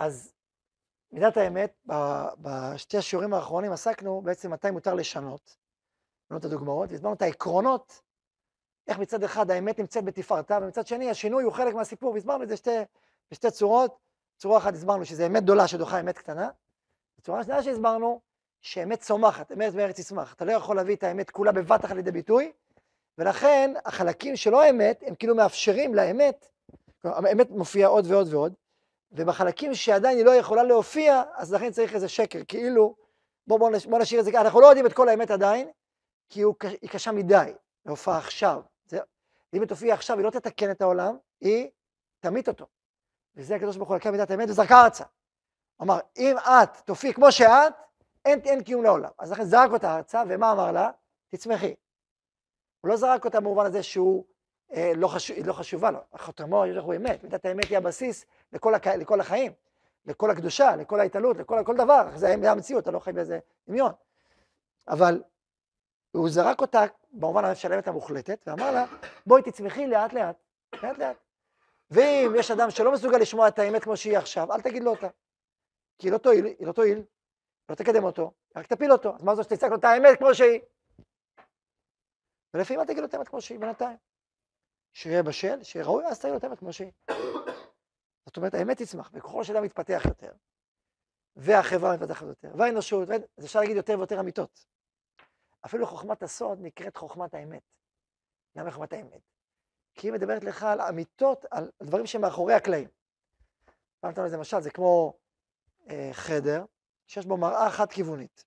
אז מידת האמת, בשתי השיעורים האחרונים עסקנו בעצם מתי מותר לשנות, את הדוגמאות, והסברנו את העקרונות, איך מצד אחד האמת נמצאת בתפארתה, ומצד שני השינוי הוא חלק מהסיפור, והסברנו את זה בשתי צורות. צורה אחת הסברנו שזה אמת גדולה שדוחה אמת קטנה, בצורה שנייה שהסברנו שאמת צומחת, אמת בארץ תצמח, אתה לא יכול להביא את האמת כולה בבת אחת לידי ביטוי, ולכן החלקים שלא האמת, הם כאילו מאפשרים לאמת, האמת מופיעה עוד ועוד ועוד, ובחלקים שעדיין היא לא יכולה להופיע, אז לכן צריך איזה שקר, כאילו, בוא נשאיר את זה, אנחנו לא יודעים את כל האמת עדיין, כי היא קשה מדי, להופעה עכשיו. אם היא תופיע עכשיו, היא לא תתקן את העולם, היא תמית אותו. וזה הקדוש ברוך הוא לקח מידת האמת וזרקה ארצה. הוא אמר, אם את תופיע כמו שאת, אין קיום לעולם. אז לכן זרק אותה ארצה, ומה אמר לה? תצמחי. הוא לא זרק אותה במובן הזה שהוא לא חשובה לו. החותמו, הוא אמת. מידת האמת היא הבסיס לכל החיים, לכל הקדושה, לכל ההתעלות, לכל דבר. זה המציאות, אתה לא חי באיזה דמיון. אבל הוא זרק אותה במובן של האמת המוחלטת, ואמר לה, בואי תצמחי לאט לאט, לאט לאט. ואם יש אדם שלא מסוגל לשמוע את האמת כמו שהיא עכשיו, אל תגיד לו אותה. כי היא לא תועיל, לא תקדם אותו, רק תפיל אותו. אז מה זאת שתצעק לו את האמת כמו שהיא? ולפעמים אל תגיד לו את האמת כמו שהיא, בינתיים. שיהיה בשל, שיהיה ראוי, אז תגיד לו את האמת כמו שהיא. זאת אומרת, האמת תצמח, וככל שאדם מתפתח יותר, והחברה מתפתחת יותר, והאנושות, אז אפשר להגיד יותר ויותר אמיתות. אפילו חוכמת הסוד נקראת חוכמת האמת. למה חוכמת האמת? כי היא מדברת לך על אמיתות, על דברים שמאחורי הקלעים. פעם נתנו לזה משל, זה כמו חדר, שיש בו מראה חד-כיוונית.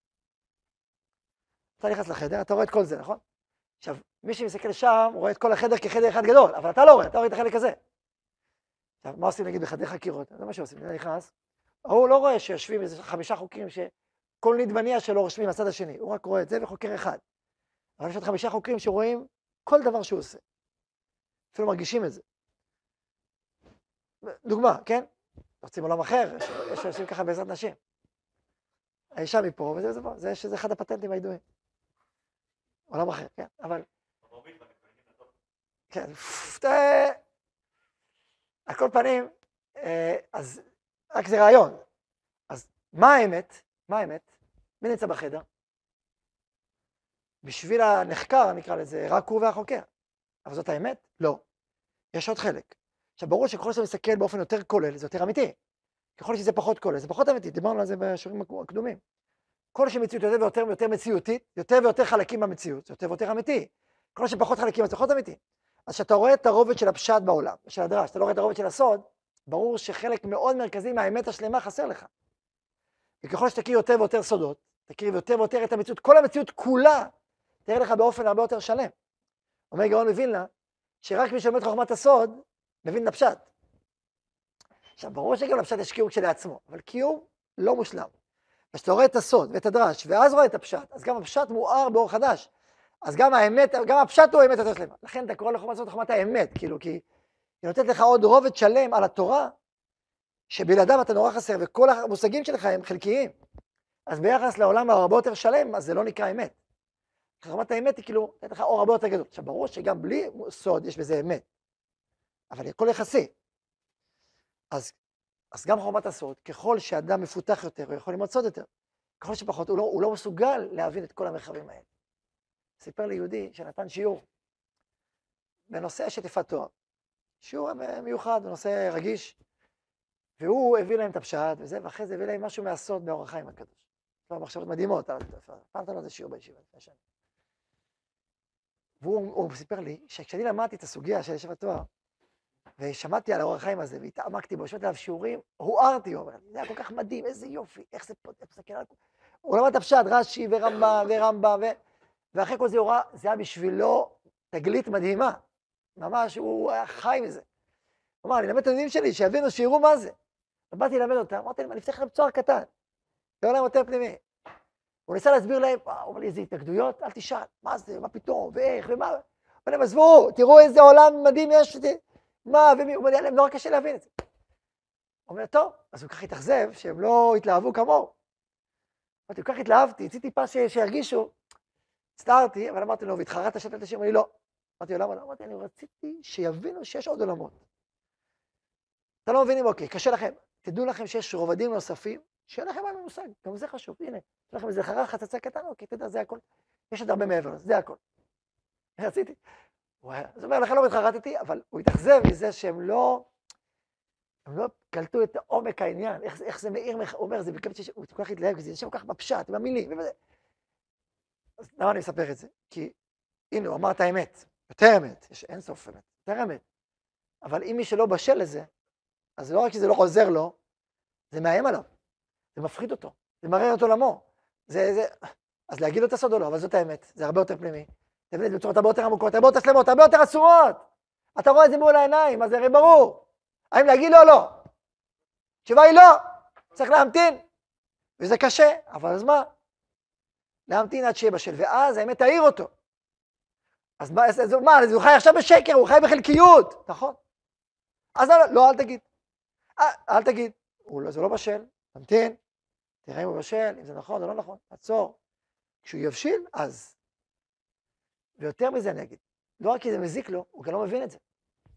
אתה נכנס לחדר, אתה רואה את כל זה, נכון? עכשיו, מי שמסתכל שם, הוא רואה את כל החדר כחדר אחד גדול, אבל אתה לא רואה, אתה רואה את החלק הזה. עכשיו, מה עושים נגיד בחדרי חקירות? זה מה שעושים, אתה נכנס, הוא לא רואה שיושבים איזה 5 חוקרים שכל נדבניה שלו רושמים מהצד השני, הוא רק רואה את זה וחוקר אחד. אבל יש עוד 5 חוקרים שרואים כל דבר שהוא עושה. אפילו מרגישים את זה. דוגמה, כן? רוצים עולם אחר, יש שעושים ככה בעזרת נשים. האישה מפה, זה אחד הפטנטים הידועים. עולם אחר, כן, אבל... כן, על כל פנים, אז רק זה רעיון. אז מה האמת? מה האמת? מי נמצא בחדר? בשביל הנחקר, נקרא לזה, רק הוא והחוקר. אבל זאת האמת? לא. יש עוד חלק. עכשיו, ברור שככל שאתה מסתכל באופן יותר כולל, זה יותר אמיתי. ככל שזה פחות כולל, זה פחות אמיתי. דיברנו על זה בשיעורים הקדומים. כל שמציאות יותר ויותר מציאותית, יותר ויותר חלקים במציאות, זה יותר ויותר אמיתי. כל שפחות חלקים, זה פחות אמיתי. אז כשאתה רואה את הרובד של הפשט בעולם, של הדרש, אתה לא רואה את הרובד של הסוד, ברור שחלק מאוד מרכזי מהאמת השלמה חסר לך. וככל שתכיר יותר ויותר סודות, תכיר יותר ויותר את המציאות, כל המציאות כולה, תראה לך באופן הרבה יותר שלם. אומר גאון מווילנה, שרק מי שלומד חוכמת הסוד, מבין לפשט. עכשיו, ברור שגם לפשט יש קיום כשלעצמו, אבל קיום לא מושלם. כשאתה רואה את הסוד ואת הדרש, ואז רואה את הפשט, אז גם הפשט מואר באור חדש. אז גם האמת, גם הפשט הוא האמת יותר שלמה. לכן אתה קורא לחוכמת הסוד חוכמת האמת, כאילו, כי היא נותנת לך עוד רובד שלם על התורה, שבלעדיו אתה נורא חסר, וכל המושגים שלך הם חלקיים. אז ביחס לעולם הרבה יותר שלם, אז זה לא נקרא אמת. חוכמת האמת היא כאילו, נותנת לך אור הרבה יותר גדול. עכשיו, ברור שגם בלי סוד יש בזה אמת. אבל הכל יחסי. אז גם חוכמת הסוד, ככל שאדם מפותח יותר, הוא יכול ללמוד סוד יותר. ככל שפחות, הוא לא מסוגל להבין את כל המרחבים האלה. סיפר לי יהודי שנתן שיעור בנושא שטיפת תואר. שיעור מיוחד, בנושא רגיש. והוא הביא להם את הפשט וזה, ואחרי זה הביא להם משהו מהסוד באור החיים הקדוש. כבר מחשבות מדהימות. פעם לו איזה שיעור בישיבה. והוא סיפר לי שכשאני למדתי את הסוגיה של ישיבת תואר, ושמעתי על האור החיים הזה, והתעמקתי בו, שמעתי עליו שיעורים, הוארתי, הוא אומר לי, זה היה כל כך מדהים, איזה יופי, איך זה פותח, הוא למד את הפשט, רש"י ורמב"ם, ואחרי כל זה הוראה, זה היה בשבילו תגלית מדהימה, ממש, הוא היה חי מזה. הוא אמר, אני אלמד את הילדים שלי, שיבינו, שיראו מה זה. ובאתי ללמד אותם, אמרתי להם, אני אפתח להם צוהר קטן, לא להם יותר פנימי. הוא ניסה להסביר להם, הוא אומר לי, איזה התנגדויות, אל תשאל, מה זה, מה פתאום, ואיך, ומה, אבל הם עזבו, תראו איזה עולם מדהים יש, מה, ומי, הוא אומר להם, נורא קשה להבין את זה. הוא אומר, טוב, אז הוא כך התאכזב, שהם לא התלהבו כמוהו. אמרתי, הוא כך התלהבתי, רציתי טיפה שירגישו, הצטערתי, אבל אמרתי לו, והתחרטת שאתה תשאיר, אמר לי, לא. אמרתי לו, למה לא? אמרתי, אני רציתי שיבינו שיש עוד עולמות. אתה לא מבינים, אוקיי, קשה לכם. תדעו לכם שיש רובדים נוספים, שאין לכם מה מושג, גם זה חשוב, הנה, יש לכם איזה חרך חצצה קטן, אוקיי, תדע, זה הכל. יש עוד הרבה מעבר לזה, זה הכל. רציתי. זאת אומרת, לכן לא מתחרטתי, אבל הוא התאכזב מזה שהם לא קלטו את עומק העניין, איך זה מאיר, הוא אומר, זה בקמת שהוא כל כך התלהב, זה יושב כל כך בפשט, במילים, ובזה. אז למה אני מספר את זה? כי, הנה, הוא אמר את האמת, יותר אמת, יש אין סוף אמת, יותר אמת. אבל אם מי שלא בשל לזה, אז לא רק שזה לא עוזר לו, זה מאיים עליו, זה מפחיד אותו, זה מראה את עולמו. אז להגיד לו את הסוד או לא, אבל זאת האמת, זה הרבה יותר פנימי. זה מבין בצורות הרבה יותר עמוקות, הרבה יותר שלמות, הרבה יותר עצומות. אתה רואה את זה מול העיניים, אז זה הרי ברור. האם להגיד לו או לא? התשובה היא לא, צריך להמתין. וזה קשה, אבל אז מה? להמתין עד שיהיה בשל, ואז האמת תאיר אותו. אז מה, הוא חי עכשיו בשקר, הוא חי בחלקיות, נכון? אז לא, אל תגיד. אל תגיד, זה לא בשל, תמתין, תראה אם הוא בשל, אם זה נכון או לא נכון, עצור. כשהוא יבשיל, אז. ויותר מזה אני אגיד, לא רק כי זה מזיק לו, הוא גם לא מבין את זה.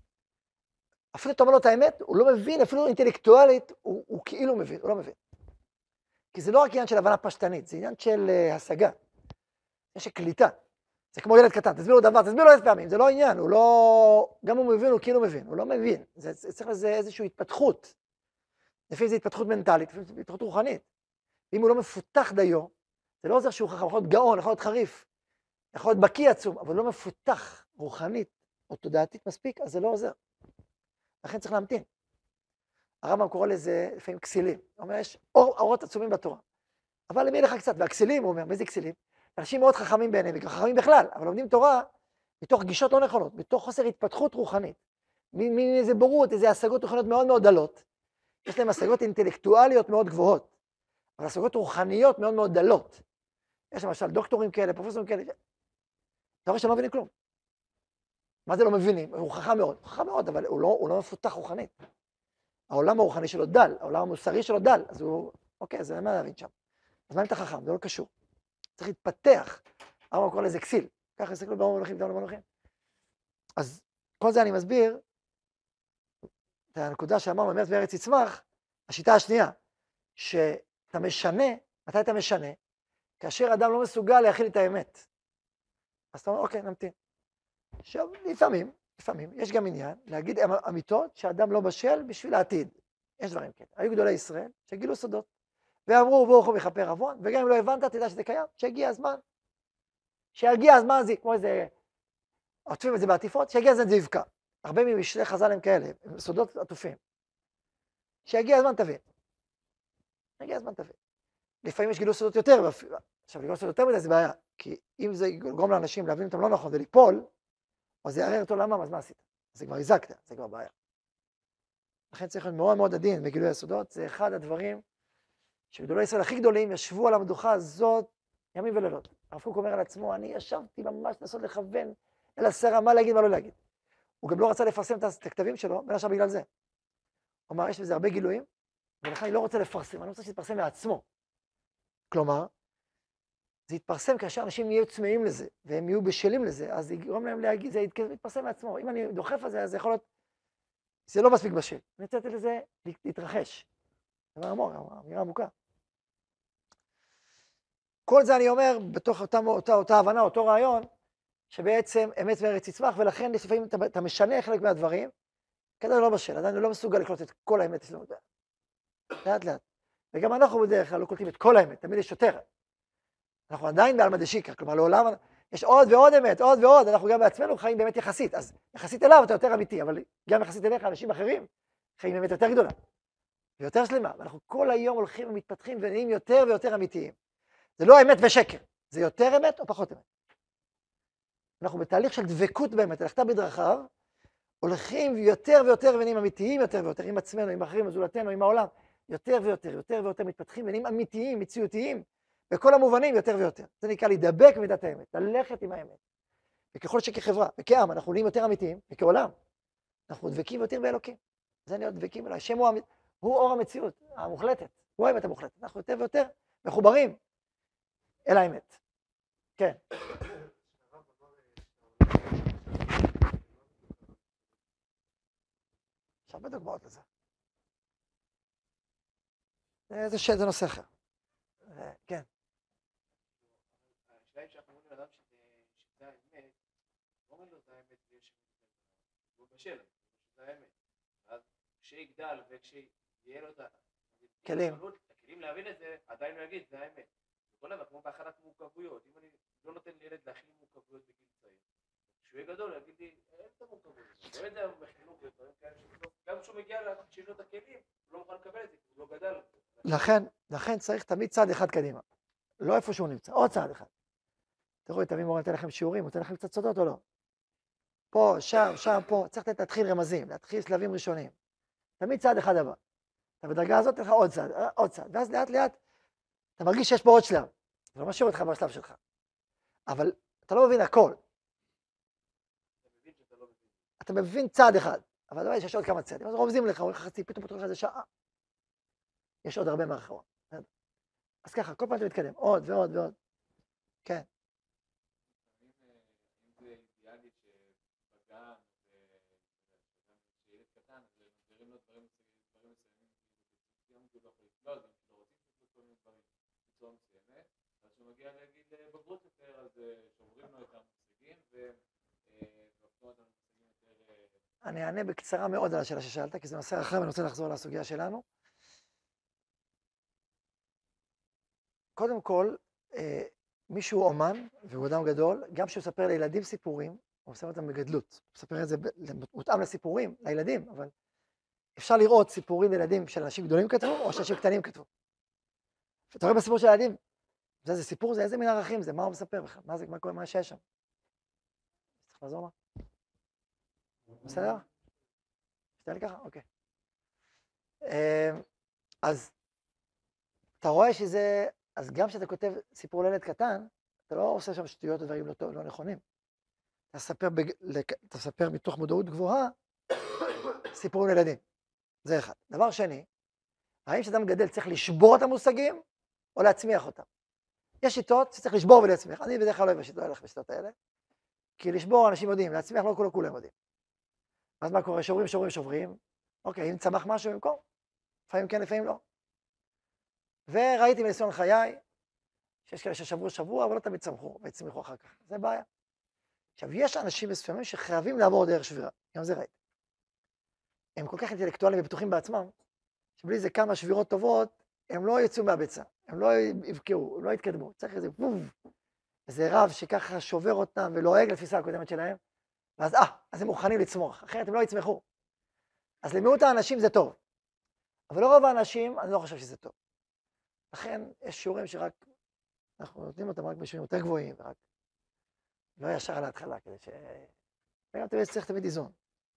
אפילו אתה אומר לו את האמת, הוא לא מבין, אפילו אינטלקטואלית, הוא כאילו מבין, הוא לא מבין. כי זה לא רק עניין של הבנה פשטנית, זה עניין של השגה, עניין של קליטה. זה כמו ילד קטן, תסביר לו דבר, תסביר לו 10 פעמים, זה לא עניין, הוא לא, גם אם הוא מבין, הוא כאילו מבין, הוא לא מבין. זה צריך לזה איזושהי התפתחות. לפעמים זה התפתחות מנטלית, לפעמים זה התפתחות רוחנית. ואם הוא לא מפותח דיו, זה לא עוזר שהוא חכם, יכול להיות גאון, יכול להיות חריף, יכול להיות בקיא עצום, אבל לא מפותח רוחנית או תודעתית מספיק, אז זה לא עוזר. לכן צריך להמתין. הרמב"ם קורא לזה לפעמים כסילים. הוא אומר, יש אורות עצומים בתורה. אבל למי לך קצת? והכסילים, הוא אומר, מי זה כסילים? אנשים מאוד חכמים בעיניהם, וחכמים בכלל, אבל לומדים תורה מתוך גישות לא נכונות, מתוך חוסר התפתחות רוחנית, מאיזה בורות, איזה השגות רוחניות מאוד מאוד דלות. יש להם השגות אינטלקטואליות מאוד גבוהות, אבל השגות רוחניות מאוד מאוד דלות. יש למשל דוקטורים כאלה, פרופסורים כאלה, אתה רואה שהם לא מבינים כלום. מה זה לא מבינים? הוא חכם מאוד, אבל הוא לא מפותח רוחנית. העולם הרוחני שלו דל, העולם המוסרי שלו דל, אז הוא, אוקיי, אז מה להבין שם? אז מה אם אתה חכם? זה לא קשור. צריך להתפתח. הרמב"ם קורא לזה כסיל. ככה הסתכלו באור מלכים, דברים מלכים. אז כל זה אני מסביר, את הנקודה שאמרנו, אמת וארץ יצמח, השיטה השנייה, שאתה משנה, מתי אתה משנה? כאשר אדם לא מסוגל להכיל את האמת. אז אתה אומר, אוקיי, נמתין. עכשיו, לפעמים, יש גם עניין להגיד אמיתות שאדם לא בשל בשביל העתיד. יש דברים כאלה. היו גדולי ישראל שגילו סודות, ואמרו, ברוך הוא מכפר עוון, וגם אם לא הבנת, תדע שזה קיים, שהגיע הזמן. שהגיע הזמן זה, כמו איזה, עוטפים את זה בעטיפות, שהגיע הזמן זה יבקע. הרבה ממשלי חז"ל הם כאלה, הם סודות עטופים. שהגיע הזמן תבין. הגיע הזמן תבין. לפעמים יש גילו סודות יותר, עכשיו לגילו סודות יותר מדי זה בעיה, כי אם זה יגרום לאנשים להבין אותם לא נכון וליפול, או זה יערער את עולמם, אז מה עשית? זה כבר הזקת, זה כבר בעיה. לכן צריך להיות מאוד מאוד עדין בגילוי הסודות, זה אחד הדברים שגדולי ישראל הכי גדולים ישבו על המדוכה הזאת ימים ולילות. הרב קוק אומר על עצמו, אני ישבתי ממש לנסות לכוון אל הסרא מה להגיד, מה לא להגיד. הוא גם לא רצה לפרסם את הכתבים שלו, בין השאר בגלל זה. הוא אמר, יש בזה הרבה גילויים, ולכן אני לא רוצה לפרסם, אני רוצה שיתפרסם מעצמו. כלומר, זה יתפרסם כאשר אנשים יהיו צמאים לזה, והם יהיו בשלים לזה, אז זה יגרום להם להגיד, זה יתפרסם מעצמו. אם אני דוחף על זה, אז זה יכול להיות, זה לא מספיק בשל. אני רוצה לתת לזה להתרחש. זה אמור, אמירה עמוקה. כל זה אני אומר, בתוך אותה הבנה, אותו רעיון, שבעצם אמת וארץ יצמח, ולכן לפעמים אתה משנה חלק מהדברים, כדי לא בשל, עדיין לא מסוגל לקלוט את כל האמת. לאט לאט. וגם אנחנו בדרך כלל לא קולטים את כל האמת, תמיד יש יותר. אנחנו עדיין בעלמא דשיקרא, כלומר לעולם יש עוד ועוד אמת, עוד ועוד, אנחנו גם בעצמנו חיים באמת יחסית, אז יחסית אליו אתה יותר אמיתי, אבל גם יחסית אליך אנשים אחרים חיים באמת יותר גדולה, ויותר שלמה, ואנחנו כל היום הולכים ומתפתחים ונהיים יותר ויותר אמיתיים. זה לא אמת ושקר, זה יותר אמת או פחות אמת. אנחנו בתהליך של דבקות באמת, הלכת בדרכיו, הולכים יותר ויותר ונהיים אמיתיים יותר ויותר, עם עצמנו, עם אחרים, עם זולתנו, עם העולם, יותר ויותר, יותר ויותר מתפתחים ונהיים אמיתיים, מציאותיים, בכל המובנים יותר ויותר. זה נקרא להידבק במידת האמת, ללכת עם האמת. וככל שכחברה וכעם אנחנו נהיים יותר אמיתיים, וכעולם, אנחנו דבקים יותר באלוקים. זה נהיה דבקים אליי. השם הוא אור המציאות המוחלטת, הוא האמת המוחלטת. אנחנו יותר ויותר מחוברים אל האמת. כן. יש הרבה דוגמאות לזה. זה נושא אחר. כן. השאלה היא שאנחנו אומרים לאדם שזה האמת, לא אומרים לו זה האמת ויש הוא בשל, זה האמת. אז כשיגדל וכשיהיה לו את כלים. הכלים להבין את זה, עדיין הוא יגיד, זה האמת. כל דבר, כמו בהכנת מורכבויות, אם אני לא נותן לילד להכין מורכבויות בגיל צעיר, כשהוא יהיה גדול, יגיד לי, אין את המורכבויות. לא יודע בחינוך ודברים כאלה שבסוף, גם כשהוא מגיע שיש לו את הכלים, הוא לא מוכן לקבל את זה, כי הוא לא גדל. לכן צריך תמיד צעד אחד קדימה. לא איפה שהוא נמצא, עוד צעד אחד. תראו, תמיד מורה נותן לכם שיעורים, נותן לכם קצת סודות או לא? פה, שם, פה, צריך להתחיל רמזים, להתחיל שלבים ראשונים. תמיד צעד אחד הבא. אתה בדרגה הזאת, תלך עוד צעד, ואז לאט לאט אתה מרגיש שיש פה עוד שלב. זה לא משאיר אותך בשלב שלך. אבל אתה לא מבין הכל. אתה מבין צעד אחד, אבל דבר שיש עוד כמה צעדים. אז רומזים לך, אומרים לך חצי, פתאום פתאום לך איזה שעה. יש עוד הרבה מאחורה. אז ככה, כל פעם אתה מתקדם, עוד ועוד ועוד. כן. אם זה אידיאלי שבגן שילד קטן, אז מסבירים לו דברים מסוימים, גם הוא לא יכול לקלוט, גם לא רוצים לקלוט כל מיני דברים בצורה מסוימת, אז כשהוא מגיע לגיל בגרות יותר, אז שוברים לו את המושגים ומפנו אותם מושגים יותר... אני אענה בקצרה מאוד על השאלה ששאלת, כי זה נושא אחר ואני רוצה לחזור לסוגיה שלנו. קודם כל, מישהו אומן, והוא אדם גדול, גם כשהוא מספר לילדים סיפורים, הוא מספר אותם בגדלות. הוא מספר את זה מותאם לסיפורים, לילדים, אבל אפשר לראות סיפורים לילדים של אנשים גדולים כתבו, או שאנשים קטנים כתבו. ואתה רואה בסיפור של הילדים, זה סיפור, זה איזה מין ערכים זה, מה הוא מספר בכלל, מה קורה, מה שיש שם. צריך לעזור לה? בסדר? שתהיה לי ככה? אוקיי. אז אתה רואה שזה, אז גם כשאתה כותב סיפור לילד קטן, אתה לא עושה שם שטויות ודברים לא נכונים. אתה מספר מתוך מודעות גבוהה סיפורים לילדים. זה אחד. דבר שני, האם שאדם גדל צריך לשבור את המושגים או להצמיח אותם? יש שיטות שצריך לשבור ולהצמיח. אני בדרך כלל לא הולך בשיטות האלה, כי לשבור אנשים יודעים, להצמיח לא כולם יודעים. אז מה קורה? שוברים. אוקיי, אם צמח משהו במקום, לפעמים כן, לפעמים לא. וראיתי מניסיון חיי, שיש כאלה ששברו שבוע, אבל לא תמיד צמחו, והצמיחו אחר כך. זה בעיה. עכשיו, יש אנשים מסוימים שחייבים לעבור דרך שבירה, גם זה ראיתי. הם כל כך אינטלקטואלים ובטוחים בעצמם, שבלי זה כמה שבירות טובות, הם לא יצאו מהביצה, הם לא יבקעו, הם לא יתקדמו. צריך איזה רב שככה שובר אותם ולועג לתפיסה הקודמת שלהם, ואז אז הם מוכנים לצמוח, אחרת הם לא יצמחו. אז למיעוט האנשים זה טוב, אבל לרוב האנשים אני לא חושב שזה טוב. לכן יש שיעורים שרק, אנחנו נותנים אותם רק בשיעורים יותר גבוהים, ורק לא ישר על ההתחלה, כדי ש... וגם צריך תמיד איזון.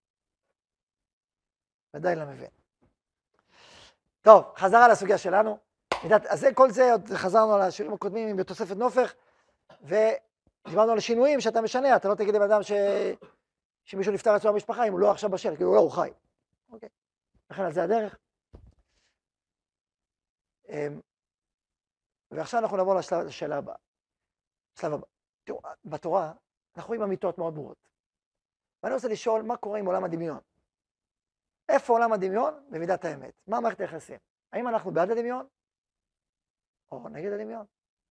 ודאי לא מבין. טוב, חזרה לסוגיה שלנו. אז כל זה, עוד חזרנו על השיעורים הקודמים בתוספת נופך, ודיברנו על שינויים שאתה משנה, אתה לא תגיד לבן שמישהו נפטר אצלו במשפחה, אם הוא לא עכשיו בשל, כאילו לא, הוא חי. אוקיי. לכן על זה הדרך. ועכשיו אנחנו נעבור לשאלה הבאה. שלב הבא. תראו, בתורה אנחנו רואים אמיתות מאוד ברורות. ואני רוצה לשאול מה קורה עם עולם הדמיון. איפה עולם הדמיון? במידת האמת. מה מערכת היחסים? האם אנחנו בעד הדמיון? או נגד הדמיון?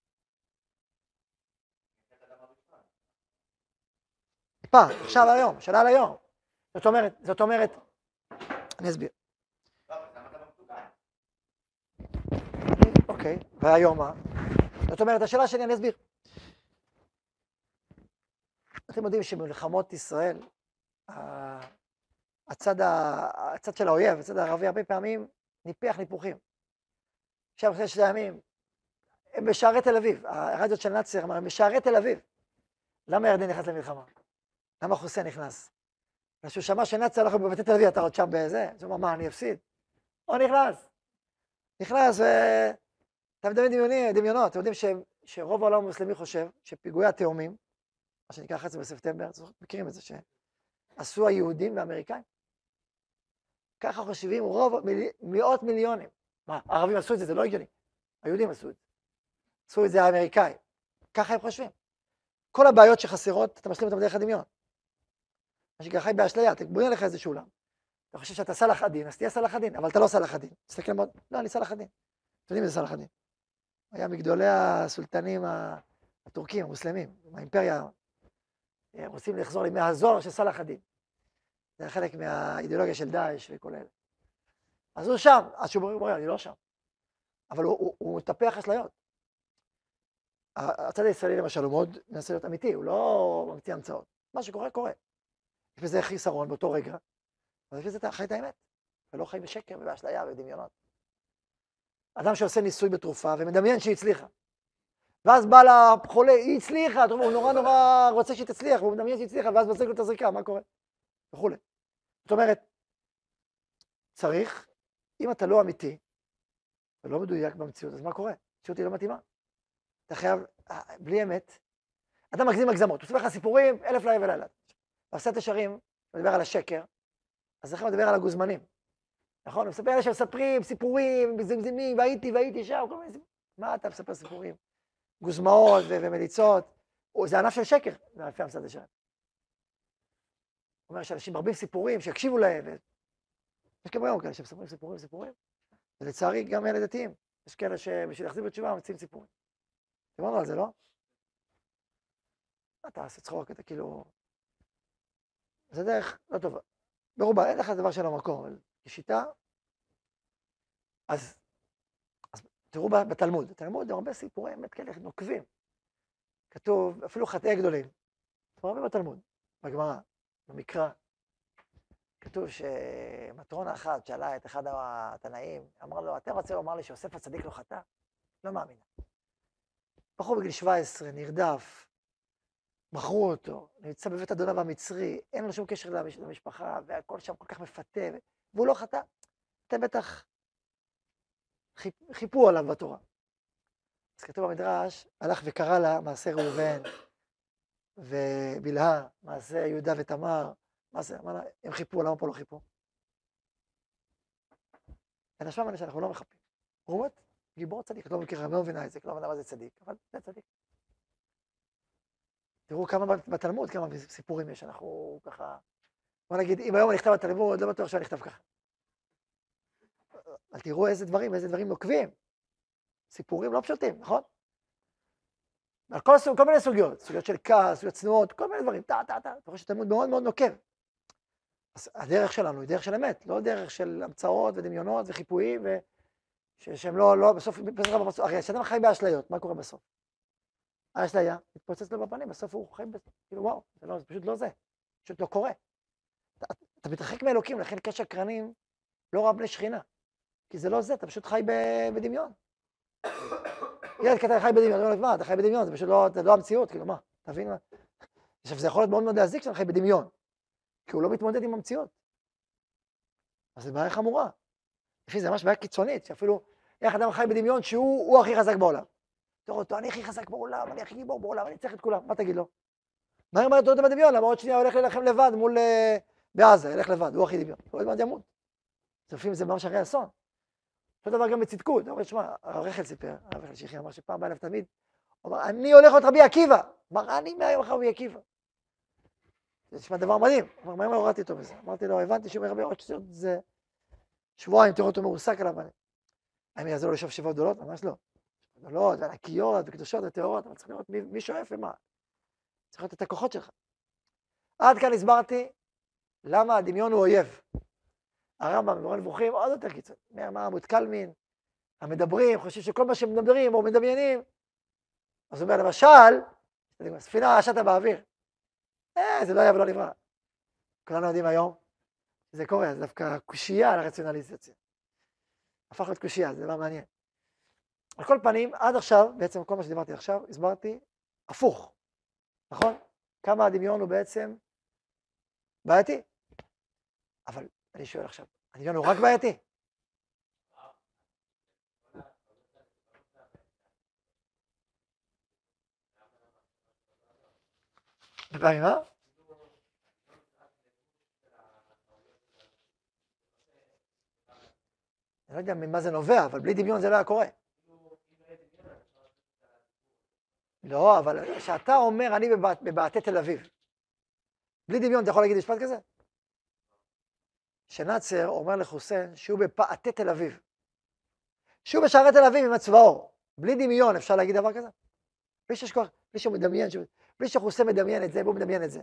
פעם, עכשיו על היום, שאלה על היום. זאת אומרת, אני אסביר. אוקיי, והיום מה? זאת אומרת, השאלה שלי אני אסביר. אתם יודעים שבמלחמות ישראל, הצד של האויב, הצד הערבי, הרבה פעמים ניפח ניפוחים. עכשיו אחרי 2 ימים, הם בשערי תל אביב, הרדיו של נאצר אמר, הם בשערי תל אביב. למה ירדן נכנס למלחמה? למה חוסיין נכנס? כשהוא שמע שנאצר הולך בבתי תל אביב, אתה עוד שם באיזה? אז הוא אמר, מה, אני אפסיד? או נכנס, ואתה מדמיין דמיונות. אתם יודעים שרוב העולם המוסלמי חושב שפיגועי התאומים, מה שנקרא 11 בספטמבר, מכירים את זה, שעשו היהודים והאמריקאים. ככה חושבים מאות מיליונים. מה, הערבים עשו את זה, זה לא הגיוני. היהודים עשו את זה. עשו את זה האמריקאים. ככה הם חושבים. כל הבעיות שחסרות, אתה משלים אותם בדרך הדמיון. מה שככה חי באשליה, אתה בונה לך איזשהו עולם. אתה חושב שאתה סלאח א-דין, אז תהיה סלאח א-דין, אבל אתה לא סלאח א-דין. תסתכל מאוד, לא, אני סלאח א-דין. אתם יודעים איזה סלאח א-דין? היה מגדולי הסולטנים הטורקים, המוסלמים, מהאימפריה, הם רוצים לחזור לימי הזוהר של סלאח א-דין. זה היה חלק מהאידיאולוגיה של דאעש וכל אלה. אז הוא שם, עד שהוא אומר, אני לא שם. אבל הוא מטפח אשליות. הצד הישראלי למשל הוא מאוד מנסה להיות אמיתי, הוא לא ממציא המצאות. מה שקורה, קורה. יש בזה חיסרון באותו רגע, אבל יש בזה אתה חי את האמת, ולא חי בשקר ובאשליה ובדמיונות. אדם שעושה ניסוי בתרופה ומדמיין שהיא הצליחה. ואז בא לחולה, היא הצליחה, הוא נורא נורא רוצה שהיא תצליח, והוא מדמיין שהיא הצליחה, ואז מזריק לו את הזריקה, מה קורה? וכו'. זאת אומרת, צריך, אם אתה לא אמיתי, ולא מדויק במציאות, אז מה קורה? המציאות היא לא מתאימה. אתה חייב, בלי אמת, אתה מגזים הגזמות, הוא סופר לך סיפורים, 1000 לילה ולילה. ועושה את השערים, מדבר על השקר, אז לכן מדבר על הגוזמנים. נכון? הוא מספר אלה שמספרים סיפורים, מזמזמים, והייתי שם, כל מיני סיפורים. מה אתה מספר סיפורים? גוזמאות ומליצות, זה ענף של שקר, זה לפי המסד השערים. הוא אומר שאנשים מרבים סיפורים, שיקשיבו להם, יש גם היום כאלה שמספרים סיפורים, ולצערי גם אלה דתיים, יש כאלה שבשביל להחזיר בתשובה מציעים סיפורים. דיברנו על זה, לא? אתה עושה צחוק, אתה כאילו... זה דרך לא טובה. ברובה, אין לך דבר של המקום, אבל כשיטה, אז תראו בתלמוד. בתלמוד הם הרבה סיפורי אמת כאלה נוקבים. כתוב, אפילו חטאי גדולים. הרבה בתלמוד, בגמרא, במקרא. כתוב שמטרונה אחת שאלה את אחד התנאים, אמר לו, אתה רוצה לומר לי שיוסף הצדיק לא חטא? לא מאמינה. בחור בגיל 17, נרדף, מכרו אותו, נמצא בבית אדוניו המצרי, אין לו שום קשר למשפחה, והכל שם כל כך מפתה, והוא לא חטא. אתם בטח חיפו עליו בתורה. אז כתוב במדרש, הלך וקרא לה מעשה ראובן, ובלהה, מעשה יהודה ותמר, אמר לה, הם חיפו, למה פה לא חיפו? ונשמע ממנו שאנחנו לא מחפים. ראובן, גיבור צדיק, את לא מכירה, לא מבינה את זה, לא מבינה מה זה צדיק, אבל זה צדיק. תראו כמה בתלמוד, כמה סיפורים יש, אנחנו ככה... בוא נגיד, אם היום אני נכתב בתלמוד, לא בטוח שאני נכתב ככה. אבל תראו איזה דברים נוקבים. סיפורים לא פשוטים, נכון? על כל מיני סוגיות, סוגיות של כעס, סוגיות צנועות, כל מיני דברים, אתה רואה שתלמוד מאוד מאוד נוקב. אז הדרך שלנו היא דרך של אמת, לא דרך של המצאות ודמיונות וחיפויים, שהם לא, בסוף, הרי כשאדם חי באשליות, מה קורה בסוף? האשליה מתפוצץ לו בפנים, בסוף הוא חי, כאילו וואו, זה פשוט לא זה, פשוט לא קורה. אתה מתרחק מאלוקים, לכן קשר קרנים לא רב לשכינה, כי זה לא זה, אתה פשוט חי בדמיון. ילד קטן חי בדמיון, אני אומר, מה, אתה חי בדמיון, זה פשוט לא המציאות, כאילו מה, תבין מה? עכשיו, זה יכול להיות מאוד מאוד להזיק שאתה חי בדמיון, כי הוא לא מתמודד עם המציאות. אז זה בעיה חמורה. לפי זה ממש בעיה קיצונית, שאפילו איך אדם חי בדמיון שהוא הכי חזק בעולם. תראו אותו, אני הכי חזק בעולם, אני הכי גיבור בעולם, אני צריך את כולם, מה תגיד לו? מהר מהר תראו אותו בדמיון, למה עוד שנייה הוא הולך ללחם לבד מול בעזה, ילך לבד, הוא הכי דמיון, הוא עוד מעט ימות. לפעמים זה ממש הרי אסון. אותו דבר גם בצדקות, הוא אומר, שמע, הרב רחל סיפר, הרב רחל שיחי אמר שפעם בא אליו תלמיד, הוא אמר, אני הולך להיות רבי עקיבא, אמר, אני מהיום אחר רבי עקיבא. זה נשמע דבר מדהים, אמר, מהר הורדתי אותו בזה, אמרתי לו, הבנתי שהוא אומר, עוד שבועיים תראו אותו מרוסק עליו, האם יעזור לו לשאוף שאיפות גדולות? ממש לא. גדולות וענקיות וקדושות וטהורות, אבל צריך לראות מי שואף ומה. צריך לראות את הכוחות שלך. עד כאן הסברתי למה הדמיון הוא אויב. הרמב"ם במורה נבוכים עוד יותר קיצוני. מה המותקלמין, המדברים, חושבים שכל מה שהם מדברים או מדמיינים. אז הוא אומר, למשל, ספינה שטה באוויר. זה לא היה ולא נברא. כולנו יודעים היום, זה קורה, זה דווקא קושייה על הרציונליזציה. הפך להיות קושייה, זה דבר מעניין. על כל פנים, עד עכשיו, בעצם כל מה שדיברתי עכשיו, הסברתי הפוך, נכון? כמה הדמיון הוא בעצם בעייתי. אבל אני שואל עכשיו, הדמיון הוא רק בעייתי? בפעמים מה? אני לא יודע ממה זה נובע, אבל בלי דמיון זה לא היה קורה. לא, אבל כשאתה אומר, אני בבעתי תל אביב, בלי דמיון, אתה יכול להגיד משפט כזה? שנאצר אומר לחוסיין שהוא בפעתי תל אביב. שהוא בשערי תל אביב עם הצבאור, בלי דמיון, אפשר להגיד דבר כזה? בלי שיש כוח, בלי שהוא מדמיין, בלי שחוסה מדמיין את זה, והוא מדמיין את זה.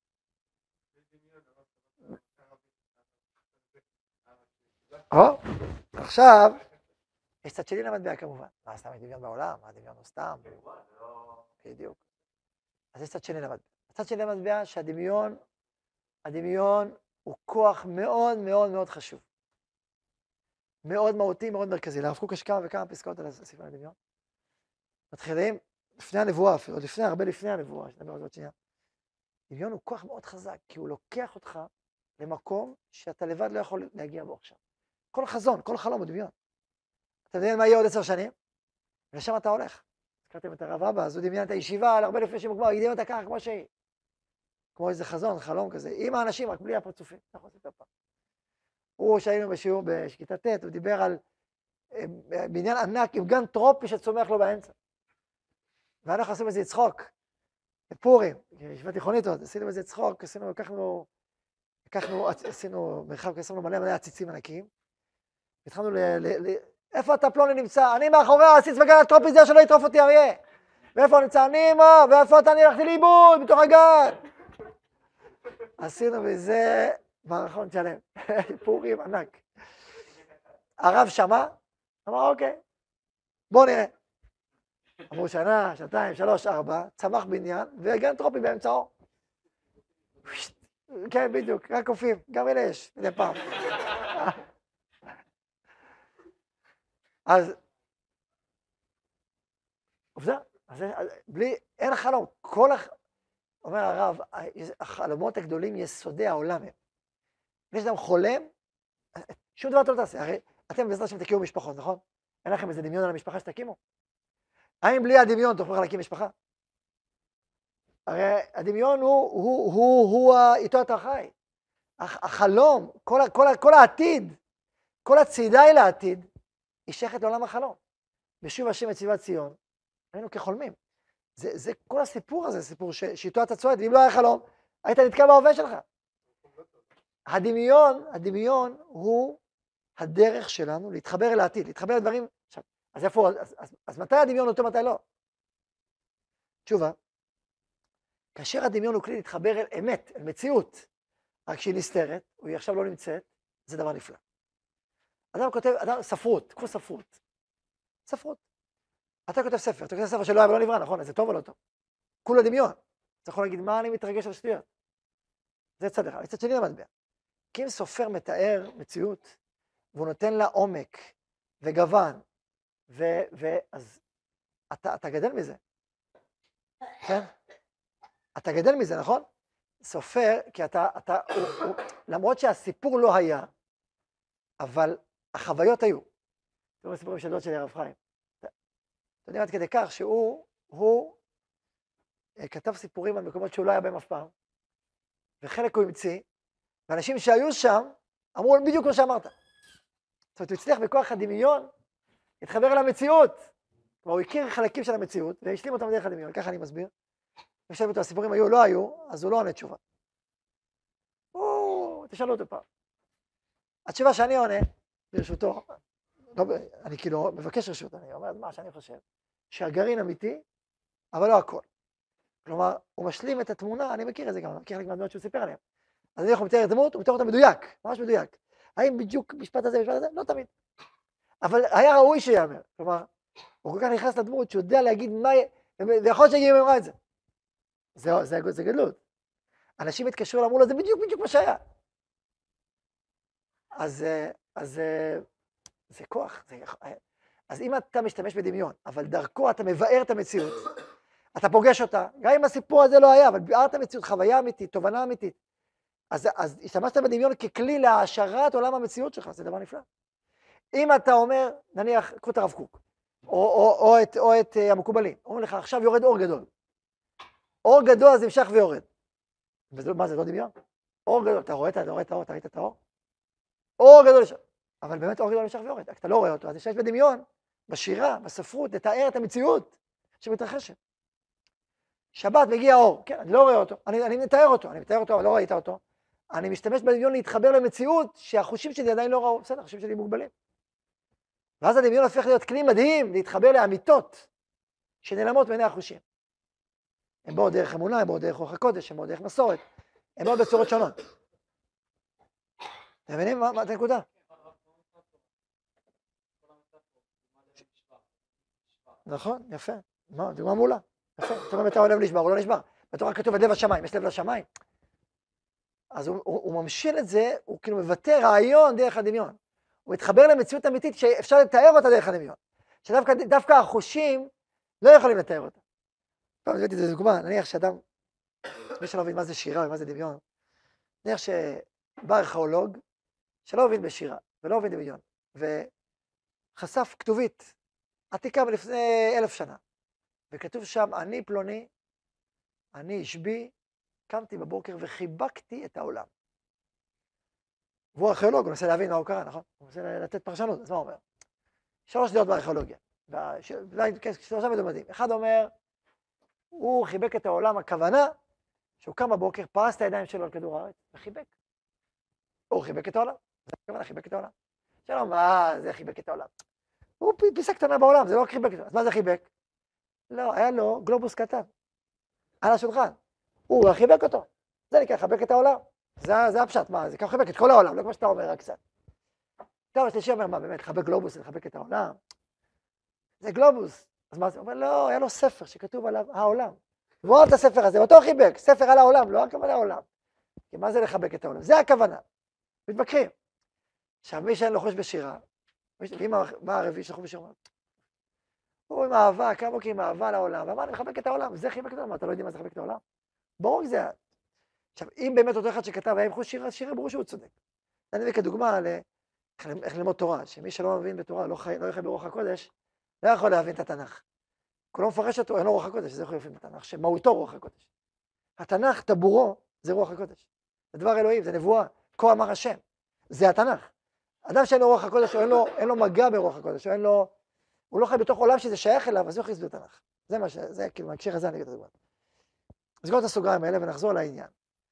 עכשיו, יש צד שני למטבע כמובן. מה, סתם דמיון בעולם? מה, דמיון הוא סתם? בדיוק. אז יש צד שני למטבע. הצד שני למטבע שהדמיון, הדמיון הוא כוח מאוד מאוד מאוד חשוב. מאוד מהותי, מאוד מרכזי. לרב קוק יש כמה וכמה פסקאות על ספר הדמיון. מתחילים לפני הנבואה, עוד לפני, הרבה לפני הנבואה, שנדבר על זאת שנייה. דמיון הוא כוח מאוד חזק, כי הוא לוקח אותך למקום שאתה לבד לא יכול להגיע בו עכשיו. כל חזון, כל חלום הוא דמיון. אתה יודע מה יהיה עוד 10 שנים? ולשם אתה הולך. הזכרתם את הרב אבא, אז הוא דמיין את הישיבה, הרבה לפני שמוגמר, הוא דמיין אותה ככה כמו שהיא. כמו איזה חזון, חלום כזה, עם האנשים, רק בלי הפרצופים. אנחנו עושים את הפעם. הוא, שהיינו בשיעור בכיתה ט', הוא דיבר על בניין ענק עם גן טרופי שצומח לו באמצע. ואנחנו עשינו בזה צחוק. בפורים, ישיבה תיכונית עוד, עשינו בזה צחוק, עשינו מרחב, עשינו מלא עציצים ענקיים. התחלנו איפה אתה פלוני נמצא? אני מאחורי העציץ בגן הטרופי זה שלא יטרוף אותי אריה. ואיפה הוא נמצא? אני מה? ואיפה אתה? אני הלכתי לאיבוד בתוך הגן. עשינו בזה מערכון שלם, פורים ענק. הרב שמע, אמר אוקיי, בוא נראה. אמרו שנה, שנתיים, 3, 4, צמח בניין, וגן טרופי באמצעו. כן, בדיוק, רק קופים, גם אלה יש, מדי פעם. אז, עובדה, בלי, אין חלום, אומר הרב, החלומות הגדולים יסודי העולם הם. יש אדם חולם, שום דבר אתה לא תעשה, הרי אתם בעזרת השם תקימו משפחות, נכון? אין לכם איזה דמיון על המשפחה שתקימו? האם בלי הדמיון תוכלו להקים משפחה? הרי הדמיון הוא איתו אתה חי. החלום, כל העתיד, כל הצעידה אל העתיד, היא שייכת לעולם החלום. בשוב השם את שיבת ציון, היינו כחולמים. זה כל הסיפור הזה, סיפור שאיתו אתה צועד, ואם לא היה חלום, היית נתקע בהווה שלך. הדמיון הוא הדרך שלנו להתחבר אל העתיד, להתחבר לדברים. עכשיו, אז איפה, אז מתי הדמיון אותו, מתי לא? תשובה, כאשר הדמיון הוא כלי להתחבר אל אמת, אל מציאות, רק שהיא נסתרת, או היא עכשיו לא נמצאת, זה דבר נפלא. אדם כותב, ספרות, קחו ספרות. ספרות. אתה כותב ספר, אתה כותב ספר שלא היה ולא נברא, נכון? אז זה טוב או לא טוב? כולו דמיון. אתה יכול להגיד, מה אני מתרגש על שטויות? זה צד אחד, צד שני למטבע. כי אם סופר מתאר מציאות, והוא נותן לה עומק וגוון, אז אתה גדל מזה. כן? אתה גדל מזה, נכון? סופר, כי למרות שהסיפור לא היה, אבל החוויות היו. תראו סיפורים של דוד שלי הרב חיים. אתה יודע עד כדי כך שהוא כתב סיפורים על מקומות שהוא לא היה בהם אף פעם, וחלק הוא המציא, ואנשים שהיו שם אמרו בדיוק כמו שאמרת. זאת אומרת, הוא הצליח בכוח הדמיון, להתחבר אל המציאות. כלומר, הוא הכיר חלקים של המציאות, והשלים אותם דרך הדמיון, ככה אני מסביר. ושאלו אותו, הסיפורים היו, לא היו, אז הוא לא עונה תשובה. תשאלו אותו פעם. התשובה שאני עונה, ברשותו, אני כאילו מבקש רשות, אני אומר מה שאני חושב, שהגרעין אמיתי, אבל לא הכל. כלומר, הוא משלים את התמונה, אני מכיר את זה גם, אני מכיר חלק מהדמות שהוא סיפר עליהם. אז אני יכול לתאר את דמות, הוא מתאר אותה מדויק, ממש מדויק. האם בדיוק משפט הזה, משפט הזה? לא תמיד. אבל היה ראוי שיאמר. כלומר, הוא כל כך נכנס לדמות, שהוא יודע להגיד מה, ויכול להיות שהגיע ממרה את זה. זה גדלות. אנשים התקשרו ואמרו לו, זה בדיוק מה שהיה. אז זה כוח. אז אם אתה משתמש בדמיון, אבל דרכו אתה מבאר את המציאות, אתה פוגש אותה, גם אם הסיפור הזה לא היה, אבל ביארת המציאות, חוויה אמיתית, תובנה אמיתית. אז השתמשת בדמיון ככלי להעשרת עולם המציאות שלך, זה דבר נפלא. אם אתה אומר, נניח, קחו את הרב קוק, או את המקובלים, אומרים לך, עכשיו יורד אור גדול. אור גדול אז נמשך ויורד. מה זה, לא דמיון? אור גדול, אתה רואה את האור, אתה ראית את האור? אור גדול נמשך. אבל באמת אור גדול נמשך ויורד, אתה לא רואה אותו, אז יש בדמיון, בשירה, בספרות, לתאר את המציאות שמתרחשת. שבת מגיע אור, כן, אני לא רואה אותו, אני מתאר אותו, אבל לא ראית אותו. אני משתמש בדמיון להתחבר למציאות שהחושים שלי עדיין לא ראו, בסדר, החושים שלי מוגבלים. ואז הדמיון הופך להיות כלי מדהים להתחבר לאמיתות שנעלמות מעיני החושים. הם באו דרך אמונה, הם באו דרך רוח הקודש, הם באו דרך מסורת, הם באו בצורות שונות. אתם מבינים מה הנקודה? נכון, יפה. דוגמה מעולה. יפה. זאת אומרת, הלב נשבר, הוא לא נשבר. בתורה כתוב עד לב השמיים, יש לב לשמיים. אז הוא ממשיל את זה, הוא כאילו מבטא רעיון דרך הדמיון. הוא מתחבר למציאות אמיתית שאפשר לתאר אותה דרך הדמיון. שדווקא החושים לא יכולים לתאר אותה. פעם הבאתי את זה דוגמה, נניח שאדם, מי שלא מבין מה זה שירה ומה זה דמיון, נניח שבא ארכיאולוג שלא מבין בשירה ולא מבין דמיון, וחשף כתובית עתיקה מלפני 1000 שנה, וכתוב שם, אני פלוני, אני אישבי, קמתי בבוקר וחיבקתי את העולם. והוא ארכיאולוג, הוא מנסה להבין מה הוא קרא, נכון? הוא מנסה לתת פרשנות, אז מה הוא אומר? 3 דעות בארכיאולוגיה, שלושה מדומדים. אחד אומר, הוא חיבק את העולם, הכוונה שהוא קם בבוקר, פרס את הידיים שלו על כדור הארץ, וחיבק. הוא חיבק את העולם, זה הכוונה, חיבק את העולם. שלום, מה זה חיבק את העולם? הוא פיסה קטנה בעולם, זה לא חיבק את העולם. אז מה זה חיבק? לא, היה לו גלובוס קטן, על השולחן. הוא חיבק אותו. זה נקרא חיבק את העולם. זה הפשט, מה? זה ככה חיבק את כל העולם, לא כמו שאתה אומר, רק קצת. טוב, השלישי אומר, מה, באמת, לחבק גלובוס ולחבק את העולם? זה גלובוס. אז מה זה? הוא אומר, לא, היה לו ספר שכתוב עליו העולם. והוא אוהב את הספר הזה, אותו חיבק, ספר על העולם, לא רק על העולם. כי מה זה לחבק את העולם? זה הכוונה. מתווכחים. עכשיו, מי שאין לו חוש בשירה, מה הרביעי של חוש בשירה? הוא עם אהבה, קם עם אהבה לעולם, ואמר, אני מחבק את העולם, זה חיבק את העולם, אתה לא יודע מה זה לחבק את העולם? ברור זה. עכשיו, אם באמת אותו אחד שכתב, היה עם חוש שירה, ברור שהוא צודק. אני מביא כדוגמה איך ללמוד תורה, שמי שלא מבין בתורה, לא יחיה ברוח הקודש, לא יכול להבין את התנ"ך. כולו מפרש אותו, אין לו רוח הקודש, זה יכול להבין את התנ"ך, שמהותו רוח הקודש. התנ"ך, טבורו, זה רוח הקודש. זה דבר אלוהים, זה נבואה, כה אמר השם. זה התנ"ך. אדם שאין לו רוח הקודש, או אין לו מגע ברוח הקודש, הוא לא חי בתוך עולם שזה שייך אליו, אז הוא יכניס בתנ"ך. זה כאילו, מהקשר הזה אני אגיד את הדבר. נסגור את הסוגריים האלה ונחזור לעניין.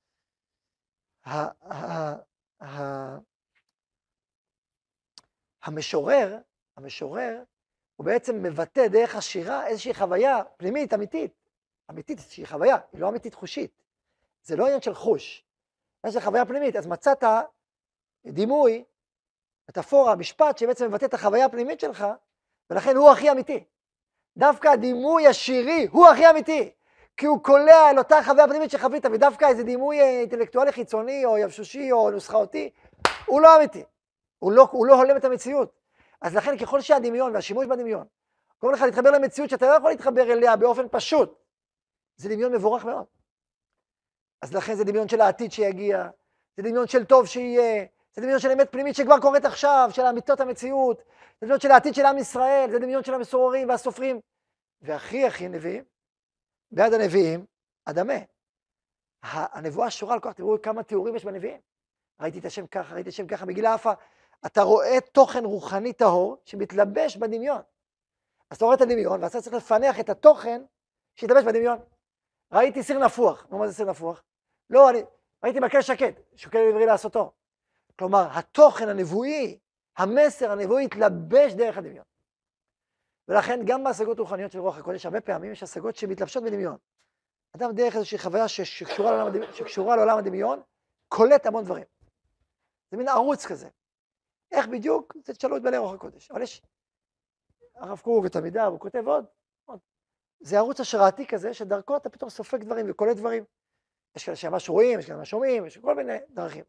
המשורר, הוא בעצם מבטא דרך השירה איזושהי חוויה פנימית, אמיתית, איזושהי חוויה, היא לא אמיתית חושית. זה לא עניין של חוש, יש לך חוויה פנימית, אז מצאת דימוי, מטאפורה, משפט שבעצם מבטא את החוויה הפנימית שלך, ולכן הוא הכי אמיתי. דווקא הדימוי השירי הוא הכי אמיתי, כי הוא קולע על אותה חוויה פנימית שחווית, ודווקא איזה דימוי אינטלקטואלי חיצוני, או יבשושי, או נוסחאותי, הוא לא אמיתי. הוא לא הולם את המציאות. אז לכן ככל שהדמיון והשימוש בדמיון, קוראים לך להתחבר למציאות שאתה לא יכול להתחבר אליה באופן פשוט, זה דמיון מבורך מאוד. אז לכן זה דמיון של העתיד שיגיע, זה דמיון של טוב שיהיה, זה דמיון של אמת פנימית שכבר קורית עכשיו, של אמיתות המציאות, זה דמיון של העתיד של עם ישראל, זה דמיון של המשוררים והסופרים, והכי נביאים, בעד הנביאים, אדמה. הנבואה שורה על כך, תראו כמה תיאורים יש בנביאים. ראיתי את השם ככה, ראיתי את השם ככה, מגילה אפה, אתה רואה תוכן רוחני טהור שמתלבש בדמיון. אז אתה רואה את הדמיון, ואתה צריך לפענח את התוכן שיתלבש בדמיון. ראיתי סיר נפוח, מה זה סיר נפוח? לא, ראיתי מקל שקט, שוקל עברי לעשותו. כלומר, התוכן הנבואי, המסר הנבואי התלבש דרך הדמיון. ולכן גם בהשגות רוחניות של רוח הקודש, הרבה פעמים יש השגות שמתלבשות בדמיון. אדם דרך איזושהי חוויה שקשורה לעולם הדמיון, קולט המון דברים. זה מין ערוץ כזה. איך בדיוק? זה תשאלו את בעלי רוח הקודש. אבל יש הרב קוק ותלמידיו, הוא כותב עוד. זה ערוץ השראתי כזה, שדרכו אתה פתאום סופק דברים וקולט דברים. יש כאלה שממש רואים, יש כאלה שממש שומעים, יש כל מיני דרכים.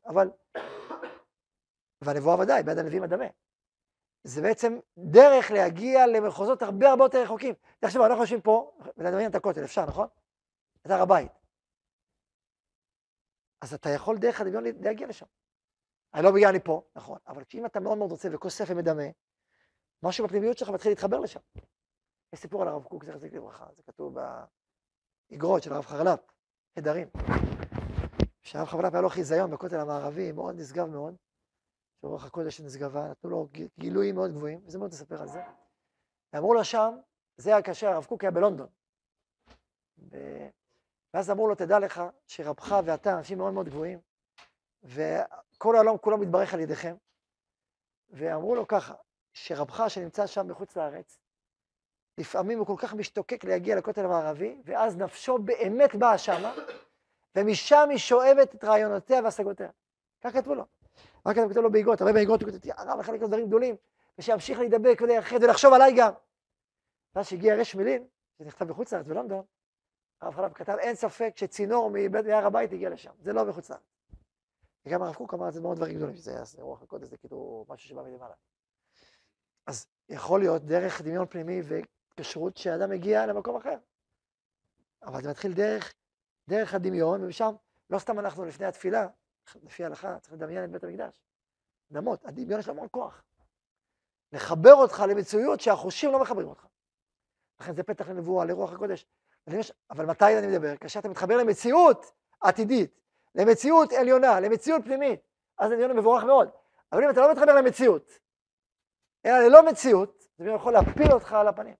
והנבואה ודאי, בעד הנביאים אדמה. זה בעצם דרך להגיע למחוזות הרבה יותר רחוקים. תחשבו, אנחנו יושבים פה, ולדמיין את הכותל, אפשר, נכון? את הר הבית. אז אתה יכול דרך הדמיון להגיע לשם. אני לא מגיע אני פה, נכון, אבל אם אתה מאוד מאוד רוצה וכוסף ומדמה, משהו בפנימיות שלך מתחיל להתחבר לשם. יש סיפור על הרב קוק, זכר צדיק לברכה, זה כתוב באגרות של הרב חרל"פ, הדרים. שהרב חרל"פ היה לו חיזיון בכותל המערבי, מאוד נשגב מאוד, שרוח הקודש נשגבה, נתנו לו גילויים מאוד גבוהים, וזה מאוד לספר על זה. ואמרו לו שם, זה היה כאשר הרב קוק היה בלונדון. ואז אמרו לו, תדע לך שרבך ואתה אנשים מאוד מאוד גבוהים, וכל העולם כולו מתברך על ידיכם. ואמרו לו ככה, שרבך שנמצא שם בחוץ לארץ, לפעמים הוא כל כך משתוקק להגיע לכותל המערבי, ואז נפשו באמת באה שמה, ומשם היא שואבת את רעיונותיה והשגותיה. כך כתבו לו. רק כתבו לו באגרות, הרבה באגרות הוא כתב, הרב מחלק לו דברים גדולים, ושימשיך להידבק ולייחד ולחשוב עליי גם. ואז שהגיע רש מילין, שנכתב בחוץ לארץ בלונדון, הרב חלב כתב, אין ספק שצינור מהר הבית הגיע לשם, זה לא בחוץ לארץ. וגם הרב קוק אמר את זה מאוד דברים גדולים, שזה היה רוח הקודש, זה כאילו משהו שבא מלמעלה. אז יכול להיות דרך דמיון פנימי וקשרות שאדם מגיע למקום אחר. אבל זה מתחיל דרך הדמיון, ומשם לא סתם אנחנו לפני התפילה, לפי ההלכה, צריך לדמיין את בית המקדש. דמות, הדמיון יש לו המון כוח. לחבר אותך למציאות שהחושים לא מחברים אותך. לכן זה פתח לנבואה, לרוח הקודש. אבל מתי אני מדבר? כשאתה מתחבר למציאות עתידית, למציאות עליונה, למציאות פנימית, אז הדמיון מבורך מאוד. אבל אם אתה לא מתחבר למציאות, אלא ללא מציאות, זה יכול להפיל אותך על הפנים.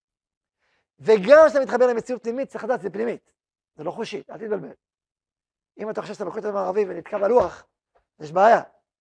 וגם כשאתה מתחבר למציאות פנימית, צריך לדעת, זה פנימית. זה לא חושית, אל תתבלבל. אם אתה חושב שאתה בכותל המערבי ונתקע בלוח, יש בעיה.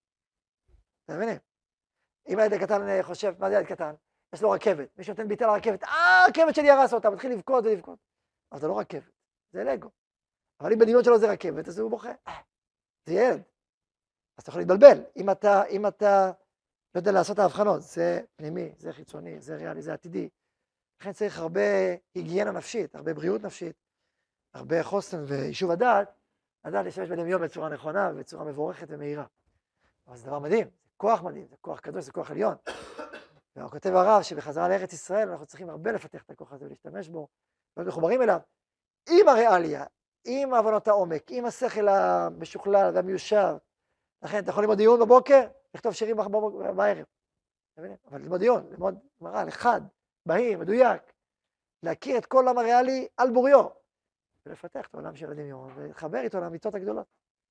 אתם מבינים? אם הילד הקטן חושב, מה זה ילד קטן? יש לו רכבת, מי שנותן ביטה לרכבת, הרכבת שלי הרס אותה, מתחיל לבכות ולבכות. אבל זה לא רכבת, זה לגו. אבל אם בדמיון שלו זה רכבת, אז הוא בוכה. זה ילד. אז אתה יכול להתבלבל. אם אתה לא יודע לעשות ההבחנות, זה פנימי, זה חיצוני, זה ריאלי, זה עתידי. לכן צריך הרבה היגיינה נפשית, הרבה בריאות נפשית, הרבה חוסן ויישוב הדעת, לדעת להשתמש בדמיון בצורה נכונה ובצורה מבורכת ומהירה. אבל זה דבר מדהים, זה כוח מדהים, זה כוח קדוש, זה כוח עליון. והוא כותב הרב שבחזרה לארץ ישראל אנחנו צריכים הרבה לפתח את הכוח הזה ולהשתמש בו, להיות מחוברים אליו, עם הריאליה, עם הבנות העומק, עם השכל המשוכלל והמיושב. לכן אתה יכול ללמוד דיון בבוקר, לכתוב שירים בערב. אבל ללמוד דיון, ללמוד גמרא, אחד, בהיר, מדויק, להכיר את כל העולם הריאלי על בוריו, ולפתח את העולם של הדמיון, ולחבר איתו לאמיתות הגדולות.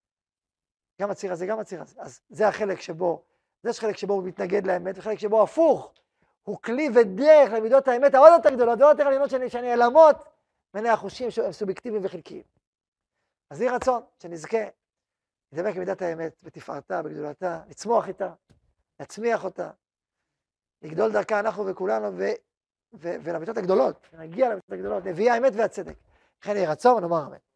גם הציר הזה, גם הציר הזה. אז זה החלק שבו, יש חלק שבו הוא מתנגד לאמת, וחלק שבו הפוך, הוא כלי ודרך למידות האמת העוד יותר גדולות, ועוד יותר עליונות שנעלמות, מעיני החושים שהם סובייקטיביים וחלקיים. אז יהי רצון שנזכה לדבק במידת האמת, בתפארתה, בגדולתה, לצמוח איתה, להצמיח אותה, לגדול דרכה אנחנו וכולנו, ולאמיתות הגדולות, נגיע לאמיתות הגדולות, נביאי האמת והצדק. לכן יהי רצון ונאמר אמן.